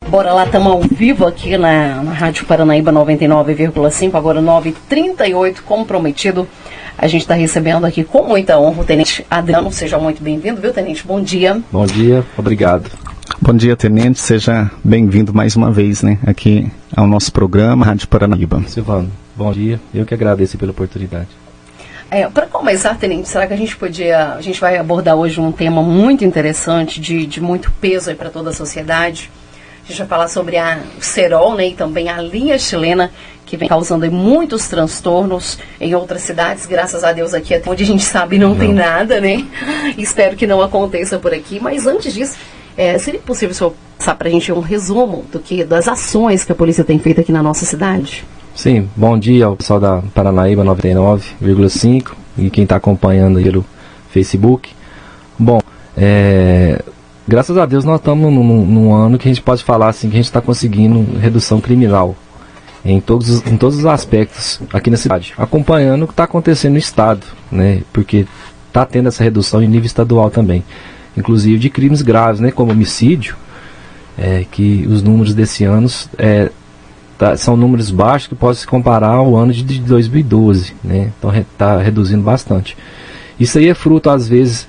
Bora lá, estamos ao vivo aqui na Rádio Paranaíba 99,5, agora 9h38, comprometido. A gente está recebendo aqui com muita honra o Tenente Adriano. Seja muito bem-vindo, viu, Tenente? Bom dia. Bom dia, obrigado. Bom dia, Tenente. Seja bem-vindo mais uma vez, né, aqui ao nosso programa Rádio Paranaíba. Silvano, bom dia. Eu que agradeço pela oportunidade. Para começar, Tenente, será que a gente vai abordar hoje um tema muito interessante, de muito peso para toda a sociedade? A gente vai falar sobre o cerol, né, e também a linha chilena, que vem causando aí muitos transtornos em outras cidades. Graças a Deus aqui, até onde a gente sabe, não tem nada, né? Espero que não aconteça por aqui. Mas antes disso, seria possível o senhor passar para a gente um resumo das ações que a polícia tem feito aqui na nossa cidade? Sim, bom dia ao pessoal da Paranaíba 99,5 e quem está acompanhando aí pelo Facebook. Bom, graças a Deus nós estamos num ano que a gente pode falar assim que a gente está conseguindo redução criminal em todos os aspectos aqui na cidade, acompanhando o que está acontecendo no estado, né? Porque está tendo essa redução em nível estadual também, inclusive de crimes graves, né? Como homicídio, que os números desse ano são números baixos que podem se comparar ao ano de 2012, né? Então está reduzindo bastante. Isso aí é fruto às vezes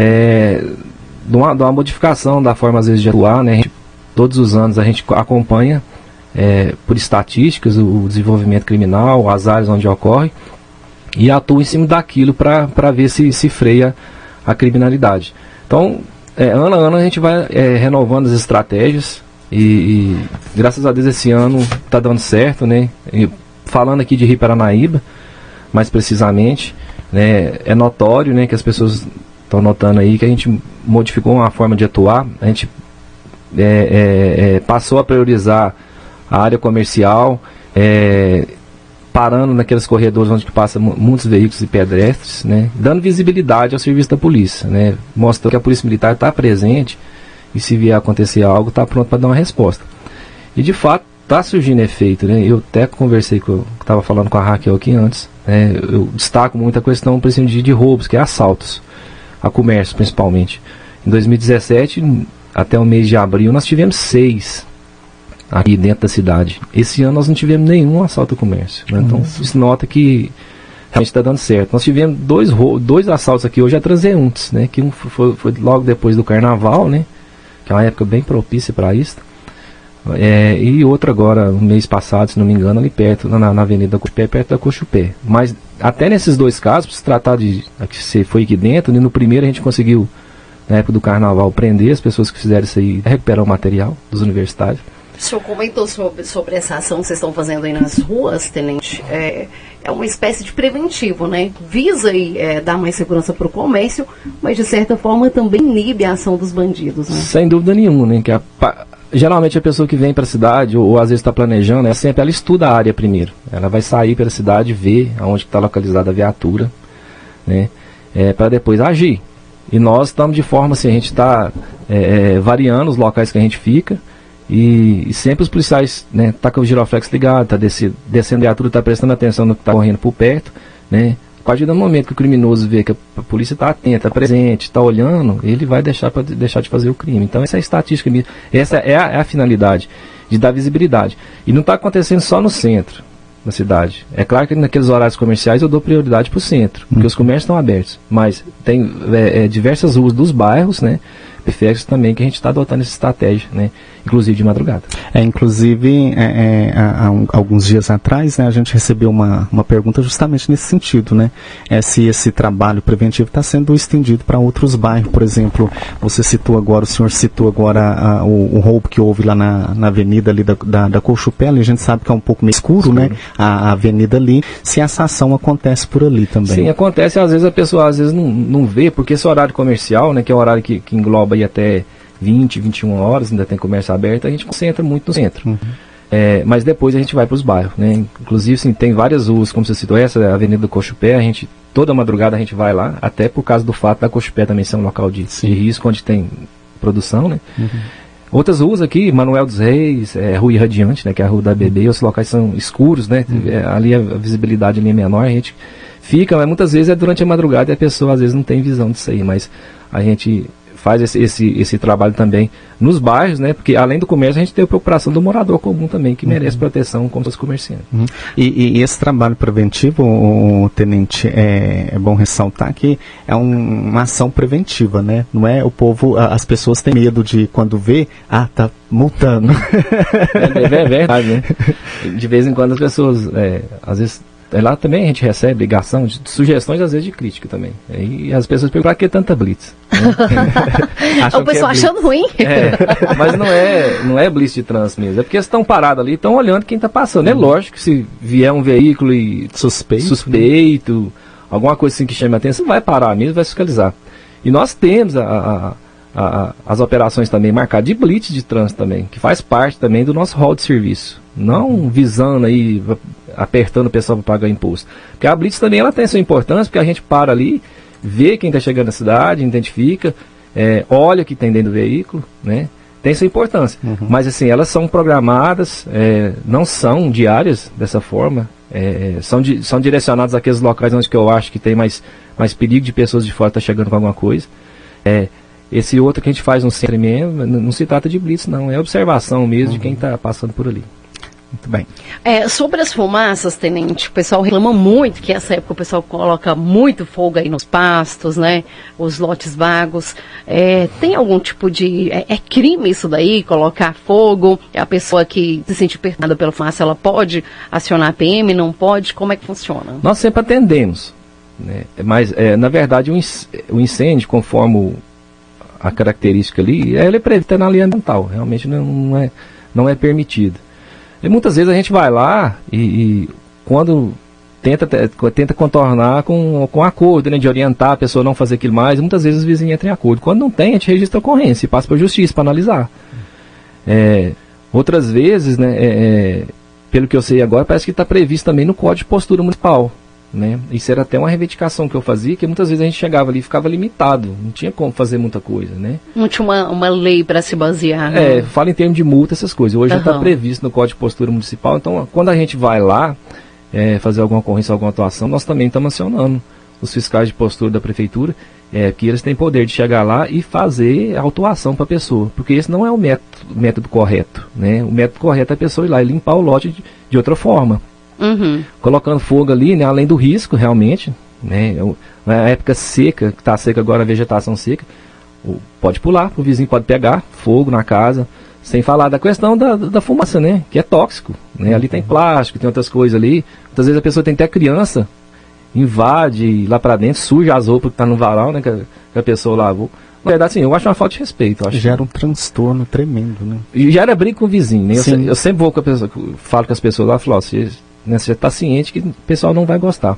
de uma modificação da forma às vezes de atuar, né? Todos os anos a gente acompanha por estatísticas o desenvolvimento criminal, as áreas onde ocorre, e atua em cima daquilo para ver se freia a criminalidade. Então, ano a ano a gente vai renovando as estratégias e graças a Deus esse ano está dando certo, né? E falando aqui de Rio Paranaíba, mais precisamente, né, é notório, né, que as pessoas estão notando aí que a gente modificou uma forma de atuar. A gente passou a priorizar a área comercial, parando naqueles corredores onde passam muitos veículos e pedestres, né, dando visibilidade ao serviço da polícia, né, mostrando que a Polícia Militar está presente e se vier acontecer algo, está pronto para dar uma resposta. E de fato está surgindo efeito, né? Eu até conversei estava falando com a Raquel aqui antes, né, eu destaco muito a questão de roubos, que é assaltos a comércio principalmente. Em 2017, até o mês de abril, nós tivemos 6 aqui dentro da cidade. Esse ano nós não tivemos nenhum assalto ao comércio, né? Então isso nota que realmente está dando certo. Nós tivemos dois assaltos aqui hoje a transeuntes, né? Que um foi logo depois do carnaval, né? Que é uma época bem propícia para isso. E outro agora, no mês passado, se não me engano, ali perto, na Avenida da Cochupé, perto da Cochupé. Mas até nesses dois casos, se tratar de que você foi aqui dentro, né? No primeiro a gente conseguiu, na época do carnaval, prender as pessoas que fizeram isso aí, recuperar o material dos universitários. O senhor comentou sobre essa ação que vocês estão fazendo aí nas ruas, Tenente. É uma espécie de preventivo, né? Visa aí, dar mais segurança para o comércio, mas de certa forma também inibe a ação dos bandidos, né? Sem dúvida nenhuma, né? Geralmente a pessoa que vem para a cidade, ou às vezes está planejando, ela estuda a área primeiro. Ela vai sair pela cidade, ver aonde está localizada a viatura, né? Para depois agir. E nós estamos de forma assim, a gente está variando os locais que a gente fica, e sempre os policiais, né, tá com o giroflex ligado, tá descendo a viatura, tá prestando atenção no que está correndo por perto, né? A partir do momento que o criminoso vê que a polícia está atenta, está presente, está olhando, ele vai deixar de fazer o crime. Então essa é a estatística, essa é a finalidade, de dar visibilidade. E não está acontecendo só no centro da cidade. É claro que naqueles horários comerciais eu dou prioridade para o centro, porque os comércios estão abertos, mas tem diversas ruas dos bairros, né, periféricos também, que a gente está adotando essa estratégia, né, inclusive de madrugada. Inclusive, há alguns dias atrás, né, a gente recebeu uma pergunta justamente nesse sentido, né, se esse trabalho preventivo está sendo estendido para outros bairros. Por exemplo, o senhor citou agora o roubo que houve lá na avenida ali da Cochupé, a gente sabe que é um pouco meio escuro, né, a avenida ali, se essa ação acontece por ali também. Sim, acontece, às vezes a pessoa não vê, porque esse horário comercial, né, que é o horário que engloba aí até 20, 21 horas, ainda tem comércio aberto, a gente concentra muito no centro. Mas depois a gente vai para os bairros, né? Inclusive, sim, tem várias ruas, como você citou, essa é a Avenida do Cochupé, toda madrugada a gente vai lá, até por causa do fato da Cochupé também ser um local de risco, onde tem produção, né? Outras ruas aqui, Manuel dos Reis, Rua Irradiante, né, que é a Rua da BB, os locais são escuros, né? Ali a visibilidade ali é menor, a gente fica, mas muitas vezes durante a madrugada e a pessoa às vezes não tem visão disso aí, mas a gente faz esse trabalho também nos bairros, né? Porque além do comércio, a gente tem a preocupação do morador comum também, que merece proteção como os comerciantes. E esse trabalho preventivo, tenente, é bom ressaltar que é uma ação preventiva, né? Não é o povo, as pessoas têm medo de quando vê, tá multando. É verdade, né? De vez em quando as pessoas, às vezes, lá também a gente recebe ligação de sugestões, às vezes de crítica também. E as pessoas perguntam, pra que tanta blitz? Né? O pessoal achando ruim. Mas não é blitz de trânsito mesmo. É porque eles estão parados ali e estão olhando quem está passando. É lógico que se vier um veículo e suspeito, né? Alguma coisa assim que chame a atenção, vai parar mesmo, vai fiscalizar. E nós temos as operações também marcadas de blitz de trânsito também, que faz parte também do nosso rol de serviço. Não visando aí, apertando o pessoal para pagar imposto. Porque a blitz também ela tem sua importância, porque a gente para ali, vê quem está chegando na cidade, identifica, olha o que tem dentro do veículo, né? Tem sua importância. Mas assim, elas são programadas, não são diárias dessa forma, são direcionadas àqueles locais onde que eu acho que tem mais perigo de pessoas de fora estar chegando com alguma coisa. Esse outro que a gente faz no centro mesmo, não se trata de blitz, não. É observação mesmo de quem está passando por ali. Muito bem. Sobre as fumaças, tenente, o pessoal reclama muito que essa época o pessoal coloca muito fogo aí nos pastos, né? Os lotes vagos. Tem algum tipo de... É crime isso daí, colocar fogo? A pessoa que se sente apertada pela fumaça, ela pode acionar a PM, não pode? Como é que funciona? Nós sempre atendemos, né? Mas, na verdade, o incêndio, conforme a característica ali, ele é previsto na lei ambiental. Realmente não é permitido. E muitas vezes a gente vai lá e quando tenta contornar com acordo, né, de orientar a pessoa a não fazer aquilo mais, muitas vezes os vizinhos entram em acordo. Quando não tem, a gente registra a ocorrência e passa para a justiça para analisar. Outras vezes, né, pelo que eu sei agora, parece que está previsto também no Código de Postura Municipal. Né? Isso era até uma reivindicação que eu fazia, que muitas vezes a gente chegava ali e ficava limitado, não tinha como fazer muita coisa, né? Não tinha uma lei para se basear, né? Fala em termos de multa, essas coisas. Hoje já está previsto no Código de Postura Municipal, então quando a gente vai lá fazer alguma ocorrência, alguma atuação, nós também estamos acionando os fiscais de postura da prefeitura, que eles têm poder de chegar lá e fazer a autuação para a pessoa, porque esse não é o método correto, né? O método correto é a pessoa ir lá e limpar o lote de outra forma. Colocando fogo ali, né, além do risco realmente, né, na época seca, que está seca agora, a vegetação seca, pode pular, o vizinho pode pegar fogo na casa, sem falar da questão da fumaça, né, que é tóxico, né, ali tem plástico, tem outras coisas ali, muitas vezes a pessoa tem até criança, invade lá para dentro, suja as roupas que está no varal, né, que a pessoa lavou. Na verdade, sim, eu acho uma falta de respeito. Gera um transtorno tremendo, né. E gera briga com o vizinho, né, eu sempre vou com a pessoa, falo com as pessoas lá, falo, você está ciente que o pessoal não vai gostar.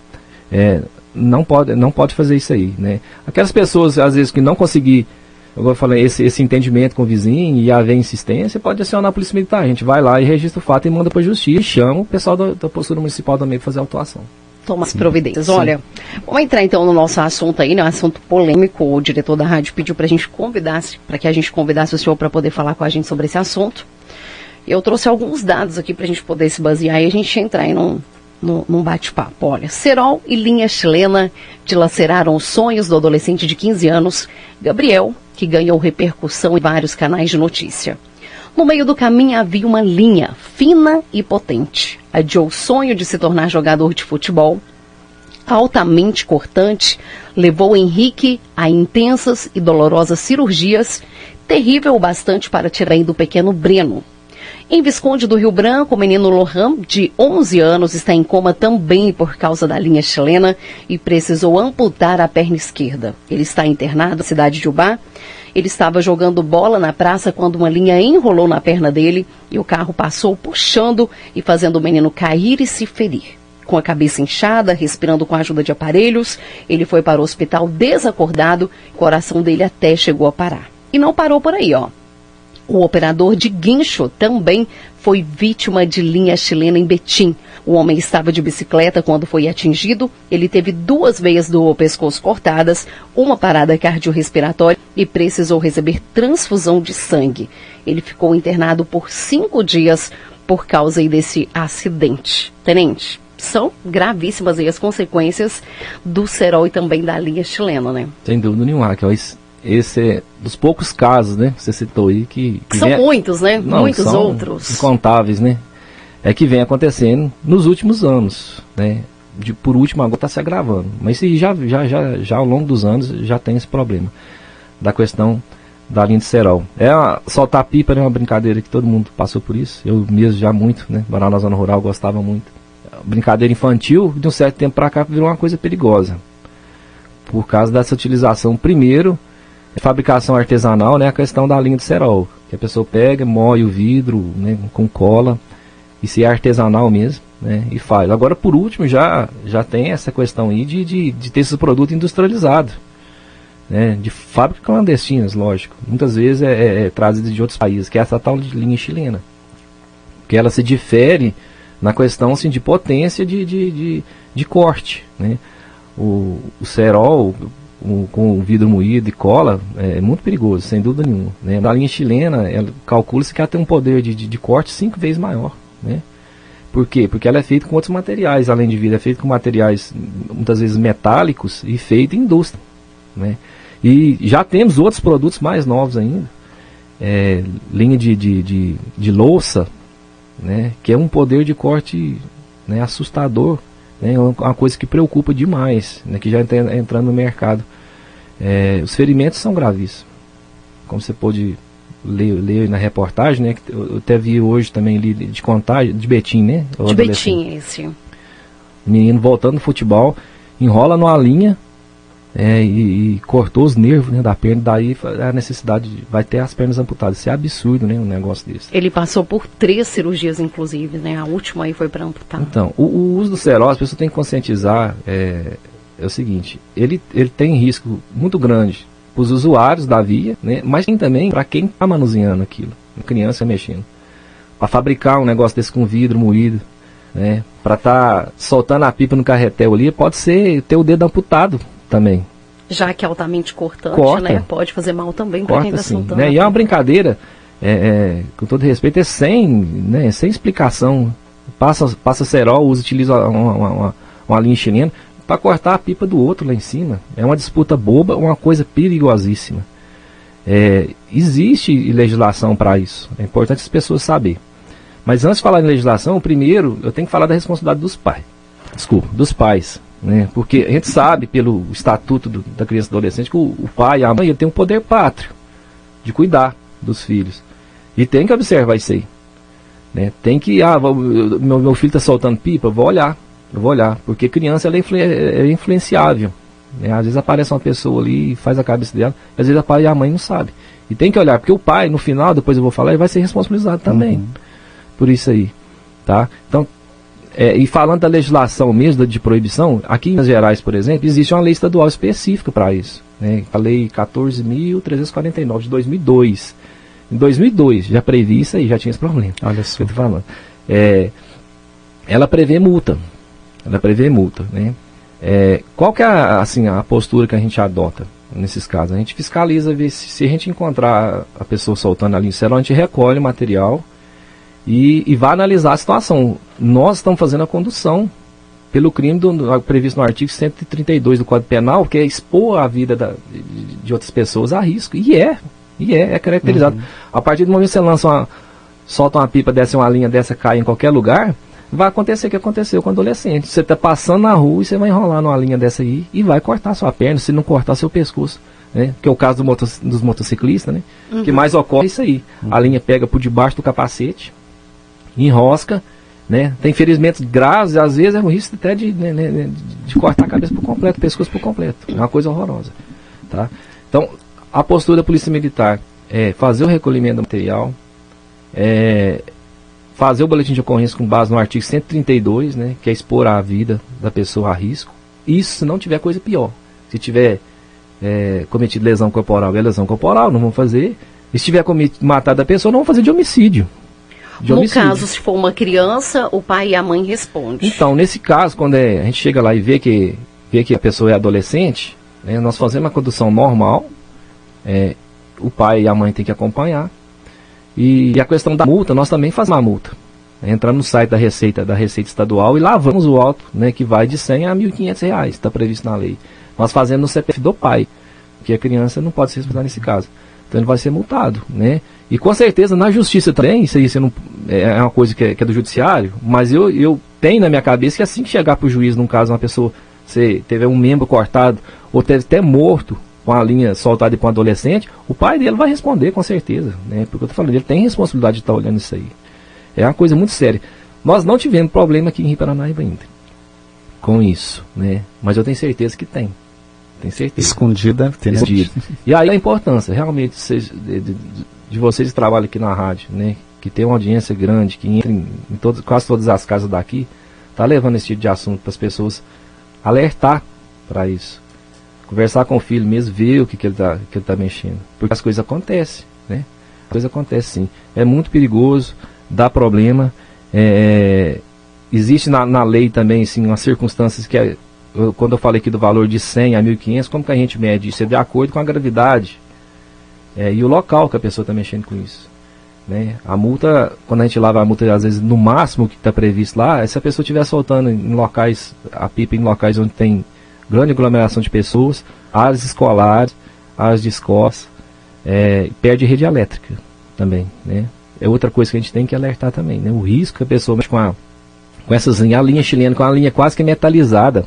Não pode fazer isso aí, né? Aquelas pessoas, às vezes, que não conseguir, eu falei, esse entendimento com o vizinho e haver insistência, pode acionar a polícia militar. A gente vai lá e registra o fato e manda para a justiça e chama o pessoal da postura municipal também para fazer a autuação. Toma as providências. Olha, vamos entrar então no nosso assunto aí, né? Um assunto polêmico. O diretor da rádio pediu para que a gente convidasse o senhor para poder falar com a gente sobre esse assunto. Eu trouxe alguns dados aqui para a gente poder se basear e a gente entrar aí num bate-papo. Olha, cerol e linha chilena dilaceraram os sonhos do adolescente de 15 anos, Gabriel, que ganhou repercussão em vários canais de notícia. No meio do caminho havia uma linha fina e potente. Adiou o sonho de se tornar jogador de futebol. Altamente cortante, levou Henrique a intensas e dolorosas cirurgias, terrível o bastante para tirar do pequeno Breno. Em Visconde do Rio Branco, o menino Lohan, de 11 anos, está em coma também por causa da linha chilena e precisou amputar a perna esquerda. Ele está internado na cidade de Ubá. Ele estava jogando bola na praça quando uma linha enrolou na perna dele e o carro passou puxando e fazendo o menino cair e se ferir. Com a cabeça inchada, respirando com a ajuda de aparelhos, ele foi para o hospital desacordado, o coração dele até chegou a parar. E não parou por aí, ó. O operador de guincho também foi vítima de linha chilena em Betim. O homem estava de bicicleta quando foi atingido. Ele teve 2 veias do pescoço cortadas, uma parada cardiorrespiratória e precisou receber transfusão de sangue. Ele ficou internado por 5 dias por causa desse acidente. Tenente, são gravíssimas aí as consequências do cerol e também da linha chilena, né? Sem dúvida nenhuma, Raquel. esse é dos poucos casos, né, que você citou aí, que são muitos, né? Não, muitos são outros. incontáveis, né? É que vem acontecendo nos últimos anos, né? Por último, agora está se agravando. Mas isso já ao longo dos anos já tem esse problema da questão da linha de cerol. Soltar pipa é uma brincadeira que todo mundo passou por isso. Eu mesmo já muito, né? Morar na zona rural, gostava muito. Brincadeira infantil, de um certo tempo para cá virou uma coisa perigosa. Por causa dessa utilização, primeiro, fabricação artesanal, né? A questão da linha de cerol. Que a pessoa pega, moe o vidro, né, com cola, e se é artesanal mesmo, né? E faz. Agora, por último, já tem essa questão aí de ter esse produto industrializado. Né, de fábricas clandestinas, lógico. Muitas vezes é trazida de outros países, que é essa tal de linha chilena. Que ela se difere na questão assim, de potência de corte. Né? O cerol com o vidro moído e cola é muito perigoso, sem dúvida nenhuma. Né? Na linha chilena, calcula-se que ela tem um poder de corte 5 vezes maior. Né? Por quê? Porque ela é feita com outros materiais, além de vidro, é feita com materiais muitas vezes metálicos e feita em indústria. Né? E já temos outros produtos mais novos ainda, linha de louça, né, que é um poder de corte, né, assustador, né, uma coisa que preocupa demais, né, que já está entrando no mercado. Os ferimentos são gravíssimos, como você pôde ler na reportagem, né, que eu até vi hoje também de Contagem, de Betim, né? De Betim, esse. O menino voltando do futebol, enrola numa linha, e cortou os nervos, né, da perna, daí a necessidade vai ter as pernas amputadas. Isso é absurdo, né, um negócio desse. Ele passou por 3 cirurgias, inclusive, né, a última aí foi para amputar. Então, o uso do cerol, as pessoas têm que conscientizar, é o seguinte, ele tem risco muito grande para os usuários da via, né, mas tem também para quem está manuseando aquilo, criança mexendo. Para fabricar um negócio desse com vidro moído, né, para estar soltando a pipa no carretel ali, pode ser ter o dedo amputado também. Já que é altamente cortante, corta, né? Pode fazer mal também para quem está soltando. Né? E é uma brincadeira, com todo respeito, sem explicação. Passa cerol, utiliza uma linha chilena para cortar a pipa do outro lá em cima. É uma disputa boba, uma coisa perigosíssima. Existe legislação para isso. É importante as pessoas saberem. Mas antes de falar em legislação, primeiro eu tenho que falar da responsabilidade dos pais. Dos pais. Né? Porque a gente sabe, pelo estatuto da criança e do adolescente, que o pai e a mãe tem um poder pátrio de cuidar dos filhos. E tem que observar isso aí. Né? Tem que, meu filho está soltando pipa, eu vou olhar. Porque criança ela é influenciável. Né? Às vezes aparece uma pessoa ali e faz a cabeça dela, às vezes o pai e a mãe não sabem. E tem que olhar, porque o pai, no final, depois eu vou falar, ele vai ser responsabilizado também por isso aí. Tá? Então, e falando da legislação mesmo, de proibição, aqui em Minas Gerais, por exemplo, existe uma lei estadual específica para isso. Né? A lei 14.349 de 2002. Em 2002 já previa isso aí, já tinha esse problema. Olha só. Que eu tô falando. Ela prevê multa. Né? Qual que é a postura que a gente adota nesses casos? A gente fiscaliza, vê se a gente encontrar a pessoa soltando ali em cerol, a gente recolhe o material e vai analisar a situação. Nós estamos fazendo a condução pelo crime previsto no artigo 132 do Código Penal, que é expor a vida de outras pessoas a risco. E é caracterizado. A partir do momento que você solta uma pipa dessa, uma linha dessa, cai em qualquer lugar, vai acontecer o que aconteceu com o adolescente. Você está passando na rua e você vai enrolar numa linha dessa aí e vai cortar sua perna, se não cortar seu pescoço. Né? Que é o caso dos motociclistas, né? Que mais ocorre isso aí. A linha pega por debaixo do capacete, enrosca, né? Tem ferimentos graves, às vezes é um risco até de cortar a cabeça por completo, o pescoço por completo. É uma coisa horrorosa. Tá? Então, a postura da Polícia Militar é fazer o recolhimento do material, fazer o boletim de ocorrência com base no artigo 132, né? Que é expor a vida da pessoa a risco. Isso se não tiver coisa pior. Se tiver cometido lesão corporal, é lesão corporal, não vamos fazer. E se tiver matado a pessoa, não vamos fazer de homicídio. No caso, se for uma criança, o pai e a mãe respondem. Então, nesse caso, quando a gente chega lá e vê que a pessoa é adolescente, né, nós fazemos uma condução normal, o pai e a mãe têm que acompanhar. E a questão da multa, nós também fazemos uma multa. Entramos no site da Receita Estadual e lavamos o auto, né, que vai de R$100 a R$1.500, está previsto na lei. Nós fazemos no CPF do pai. porque a criança não pode ser responsabilizada nesse caso. Então ele vai ser multado, né? E com certeza na justiça também, isso aí você não, é uma coisa que é do judiciário, mas eu tenho na minha cabeça que assim que chegar para o juiz, num caso, uma pessoa, você teve um membro cortado, ou teve até morto, com a linha soltada para um adolescente, o pai dele vai responder com certeza, né? Porque eu estou falando, ele tem responsabilidade de estar olhando isso aí. É uma coisa muito séria. Nós não tivemos problema aqui em Rio Paranaíba ainda com isso, né? Mas eu tenho certeza que tem. Tenho certeza. Escondida, tem escondido. E aí a importância, realmente, de vocês que trabalham aqui na rádio, né? Que tem uma audiência grande, que entra em quase todas as casas daqui, tá levando esse tipo de assunto para as pessoas alertar para isso. Conversar com o filho mesmo, ver o que ele tá mexendo. Porque as coisas acontecem, né? As coisas acontecem sim. É muito perigoso, dá problema. Existe na lei também, assim, umas circunstâncias que, quando eu falei aqui do valor de 100 a 1.500, como que a gente mede isso? É de acordo com a gravidade e o local que a pessoa está mexendo com isso, né? A multa, quando a gente lava a multa, às vezes, no máximo que está previsto lá, se a pessoa estiver soltando em locais, a pipa em locais onde tem grande aglomeração de pessoas, áreas escolares, áreas de escolas, perde rede elétrica também, né? É outra coisa que a gente tem que alertar também, né? O risco que a pessoa mexe com essas linhas, a linha chilena, com uma linha quase que metalizada.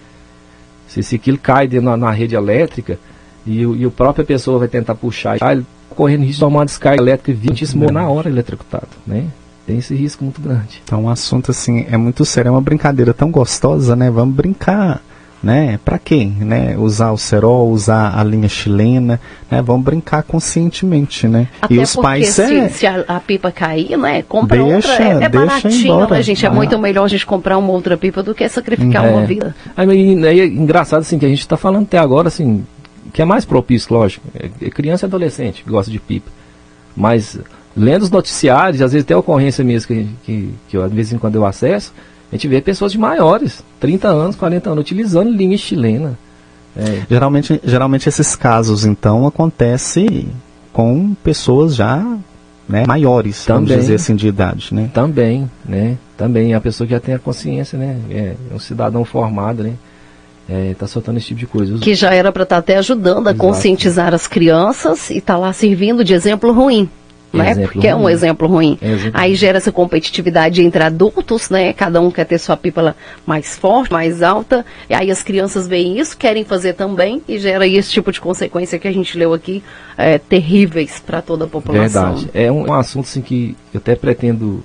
Se aquilo cai na rede elétrica e a própria pessoa vai tentar puxar, ele tá correndo risco de tomar uma descarga elétrica e 20 morrer na hora eletrocutado, né? Tem esse risco muito grande. Então um assunto assim é muito sério, é uma brincadeira tão gostosa, né? Vamos brincar, né? Para quem, né? Usar o cerol, usar a linha chilena, né? Vamos brincar conscientemente, né? Até e os pais se a pipa cair, né? Compra deixa, outra, é baratinho, embora, né, gente? É muito melhor a gente comprar uma outra pipa do que sacrificar uma vida. Aí é engraçado assim que a gente está falando até agora assim, que é mais propício, lógico. É criança e adolescente que gosta de pipa, mas lendo os noticiários, às vezes até a ocorrência mesmo que eu, de vez em quando eu acesso, a gente vê pessoas de maiores, 30 anos, 40 anos, utilizando linha chilena. Geralmente esses casos, então, acontecem com pessoas já, né, maiores, vamos dizer assim, de idade, né? Também, né? Também, a pessoa que já tem a consciência, né? É um cidadão formado, né? Tá soltando esse tipo de coisa. Que já era para estar até ajudando a conscientizar as crianças e está lá servindo de exemplo ruim. Né? Porque é um exemplo ruim. Aí gera essa competitividade entre adultos, né? Cada um quer ter sua pipa mais forte, mais alta, e aí as crianças veem isso, querem fazer também, e gera esse tipo de consequência que a gente leu aqui, terríveis para toda a população. Verdade. É um assunto assim, que eu até pretendo,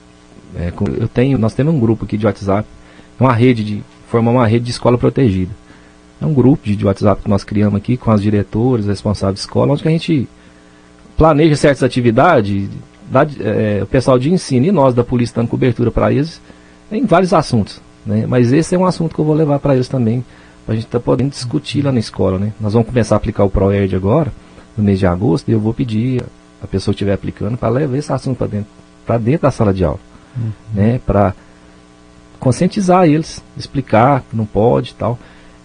nós temos um grupo aqui de WhatsApp, formar uma rede de escola protegida. É um grupo de WhatsApp que nós criamos aqui com as diretoras, responsáveis de escola, onde que a gente planeja certas atividades, o pessoal de ensino e nós da polícia dando cobertura para eles em vários assuntos, né? Mas esse é um assunto que eu vou levar para eles também, para a gente estar podendo discutir lá na escola, né? Nós vamos começar a aplicar o ProERD agora, no mês de agosto, e eu vou pedir a pessoa que estiver aplicando para levar esse assunto para dentro da sala de aula, né? Para conscientizar eles, explicar que não pode e tal.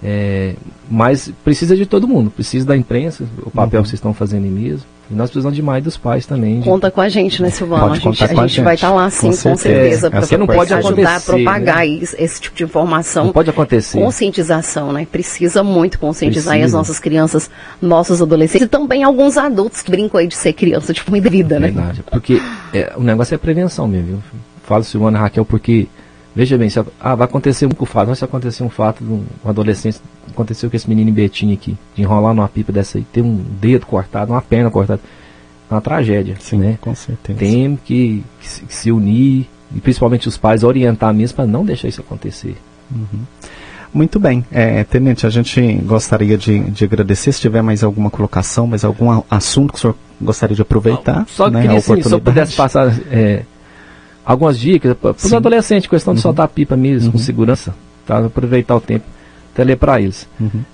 Mas precisa de todo mundo, precisa da imprensa, o papel que vocês estão fazendo mesmo. E nós precisamos de mais dos pais também. Conta com a gente, né, Silvano? A gente vai estar lá, sim, com certeza, para ajudar a propagar, né, esse tipo de informação. Não pode acontecer. Conscientização, né? Precisa muito conscientizar as nossas crianças, nossos adolescentes e também alguns adultos que brincam aí de ser criança de forma indevida, né? Verdade, porque o negócio é prevenção mesmo, viu? Falo, Silvano e Raquel, porque veja bem, vai acontecer um fato, mas se acontecer um fato de um adolescente, aconteceu com esse menino Betinho aqui, de enrolar numa pipa dessa aí, ter um dedo cortado, uma perna cortada, é uma tragédia. Sim, né? Com certeza. Tem que se unir, e principalmente os pais orientar mesmo para não deixar isso acontecer. Muito bem, Tenente, a gente gostaria de agradecer, se tiver mais alguma colocação, mais algum assunto que o senhor gostaria de aproveitar. Só que queria, se eu pudesse passar algumas dicas para os adolescentes, questão de soltar a pipa mesmo, com segurança, tá? Aproveitar o tempo, até ler para eles.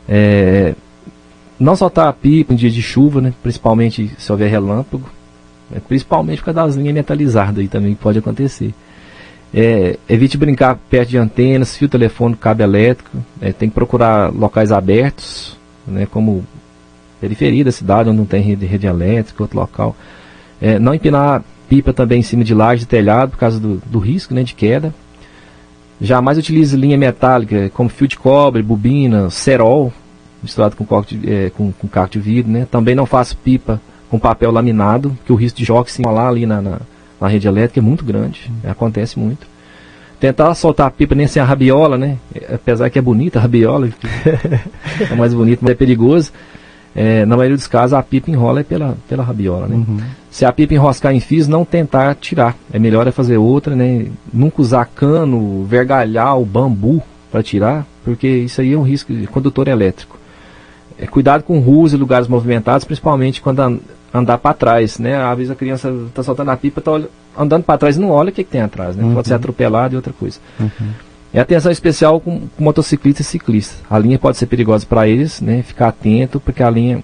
Não soltar a pipa em dia de chuva, né? Principalmente se houver relâmpago, principalmente por causa das linhas metalizadas aí também pode acontecer. Evite brincar perto de antenas, fio telefônico, cabo elétrico, tem que procurar locais abertos, né? Como periferia da cidade, onde não tem rede elétrica, outro local. Não empinar pipa também em cima de laje de telhado, por causa do risco, né, de queda. Jamais utilize linha metálica, como fio de cobre, bobina, cerol, misturado com caco de vidro, né? Também não faço pipa com papel laminado, porque o risco de choque se enrolar ali na rede elétrica é muito grande, acontece muito. Tentar soltar a pipa nem sem a rabiola, né? Apesar que é bonita a rabiola, é mais bonito, mas é perigoso. Na maioria dos casos a pipa enrola pela rabiola, né? Uhum. Se a pipa enroscar em fios, não tentar tirar. É melhor fazer outra, né? Nunca usar cano, vergalhar o bambu para tirar, porque isso aí é um risco de condutor elétrico. Cuidado com ruas e lugares movimentados, principalmente quando andar para trás, né? Às vezes a criança está soltando a pipa, está andando para trás e não olha o que tem atrás, né? Uhum. Pode ser atropelado e outra coisa. Uhum. Atenção especial com motociclistas e ciclistas. A linha pode ser perigosa para eles, né? Ficar atento, porque a linha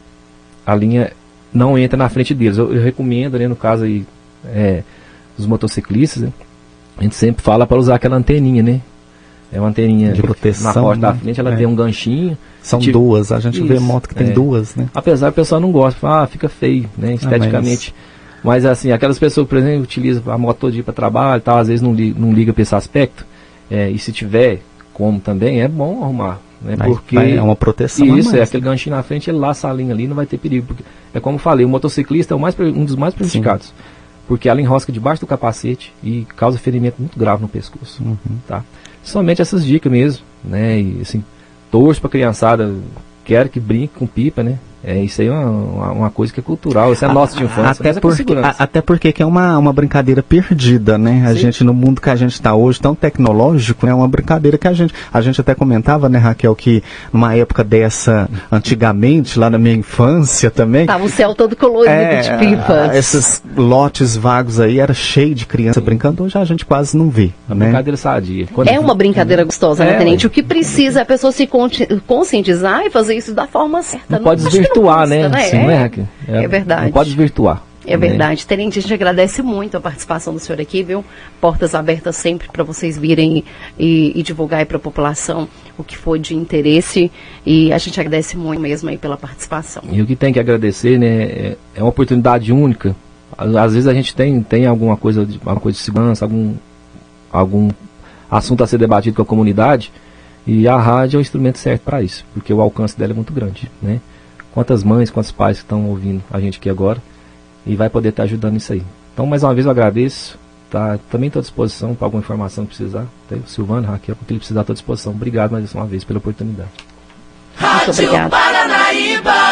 não entra na frente deles. Eu recomendo, né, no caso aí, dos motociclistas, né? A gente sempre fala para usar aquela anteninha, né? É uma anteninha de proteção, na porta da frente, ela tem um ganchinho. São duas, a gente vê moto que tem duas, né? Apesar que o pessoal não gosta, fica feio, né, esteticamente. Mas assim, aquelas pessoas, por exemplo, utilizam a moto todo dia para trabalho, tal, às vezes não liga para esse aspecto. E se tiver como também, é bom arrumar, né? Porque é uma proteção. Isso, aquele ganchinho na frente, ele laça a linha ali, não vai ter perigo. Porque, como eu falei, o motociclista é um dos mais prejudicados. Sim. Porque ela enrosca debaixo do capacete e causa ferimento muito grave no pescoço. Uhum. Tá? Somente essas dicas mesmo, né? E assim, torço pra criançada, quero que brinque com pipa, né? Isso aí é uma coisa que é cultural, isso é nossa de infância. Até porque que é uma brincadeira perdida, né? A gente, no mundo que a gente está hoje, tão tecnológico, é uma brincadeira que a gente até comentava, né, Raquel, que numa época dessa, antigamente, lá na minha infância também... Tava o céu todo colorido de pipas. Esses lotes vagos aí, era cheio de criança brincando, hoje a gente quase não vê, né? Brincadeira sadia. Uma brincadeira gostosa, né, Tenente? O que precisa é a pessoa se conscientizar e fazer isso da forma certa. Não pode desvirtuar, né? Sim, é verdade. Não pode desvirtuar. É verdade. Tenente, a gente agradece muito a participação do senhor aqui, viu? Portas abertas sempre para vocês virem e divulgar aí para a população o que for de interesse. E a gente agradece muito mesmo aí pela participação. E o que tem que agradecer, né? É uma oportunidade única. Às vezes a gente tem alguma coisa de segurança, algum assunto a ser debatido com a comunidade. E a rádio é o instrumento certo para isso, porque o alcance dela é muito grande, né? Quantas mães, quantos pais que estão ouvindo a gente aqui agora e vai poder estar ajudando nisso aí. Então, mais uma vez eu agradeço, tá? Também estou à disposição para alguma informação que precisar. Tem o Silvano, Raquel, porque ele precisar, estou à disposição. Obrigado mais uma vez pela oportunidade. Muito obrigado.